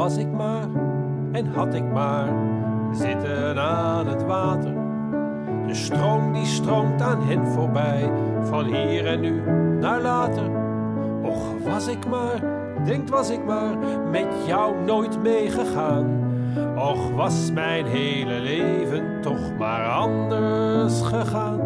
was ik maar en had ik maar zitten aan het water. De stroom die stroomt aan hen voorbij, van hier en nu naar later. Och, was ik maar, denkt was ik maar, met jou nooit meegegaan. Och, was mijn hele leven toch maar anders gegaan.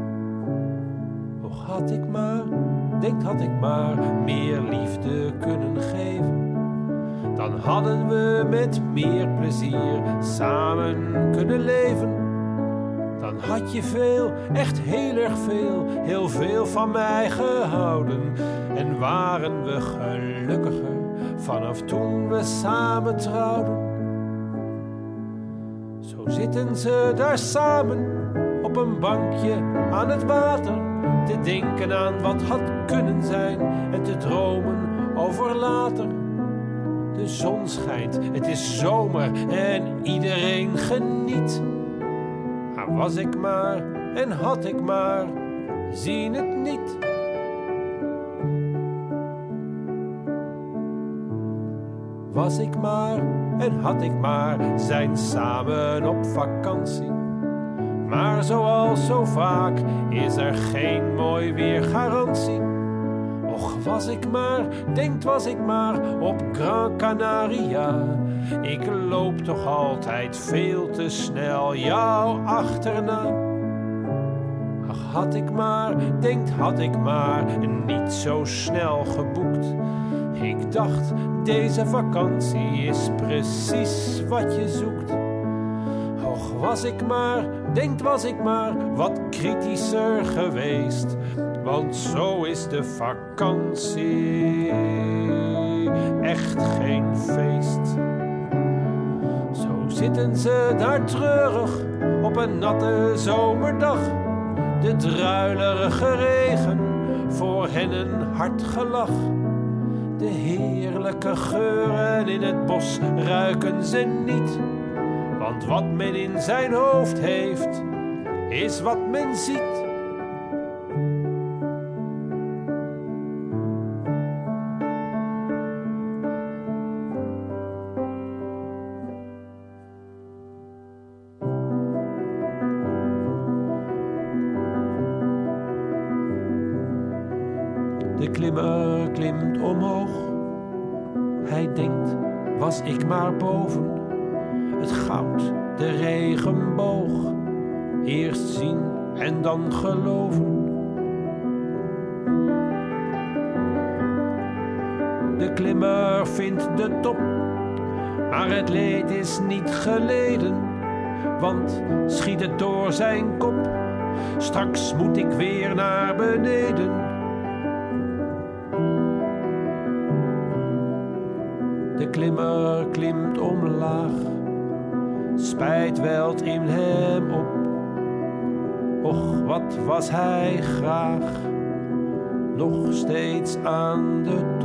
Och, had ik maar, denkt had ik maar, meer liefde kunnen geven. Dan hadden we met meer plezier samen kunnen leven. Dan had je veel, echt heel erg veel, heel veel van mij gehouden. En waren we gelukkiger vanaf toen we samen trouwden. Zo zitten ze daar samen op een bankje aan het water, te denken aan wat had kunnen zijn en te dromen over later. De zon schijnt, het is zomer en iedereen geniet. Maar was ik maar en had ik maar, zien het niet. Was ik maar en had ik maar, zijn samen op vakantie. Maar zoals zo vaak is er geen mooi weergarantie. Och, was ik maar, denkt was ik maar, op Gran Canaria. Ik loop toch altijd veel te snel jou achterna. Ach, had ik maar, denkt had ik maar, niet zo snel geboekt. Ik dacht, deze vakantie is precies wat je zoekt. Och, was ik maar, denkt was ik maar, wat kritischer geweest. Want zo is de vakantie echt geen feest. Zo zitten ze daar treurig op een natte zomerdag. De druilerige regen, voor hen een hard gelach. De heerlijke geuren in het bos ruiken ze niet. Want wat men in zijn hoofd heeft, is wat men ziet. De klimmer klimt omhoog. Hij denkt, was ik maar boven. Het goud, de regenboog. Eerst zien en dan geloven. De klimmer vindt de top. Maar het leed is niet geleden. Want schiet het door zijn kop. Straks moet ik weer naar beneden. De klimmer klimt omlaag, spijt welt in hem op. Och, wat was hij graag, nog steeds aan de top.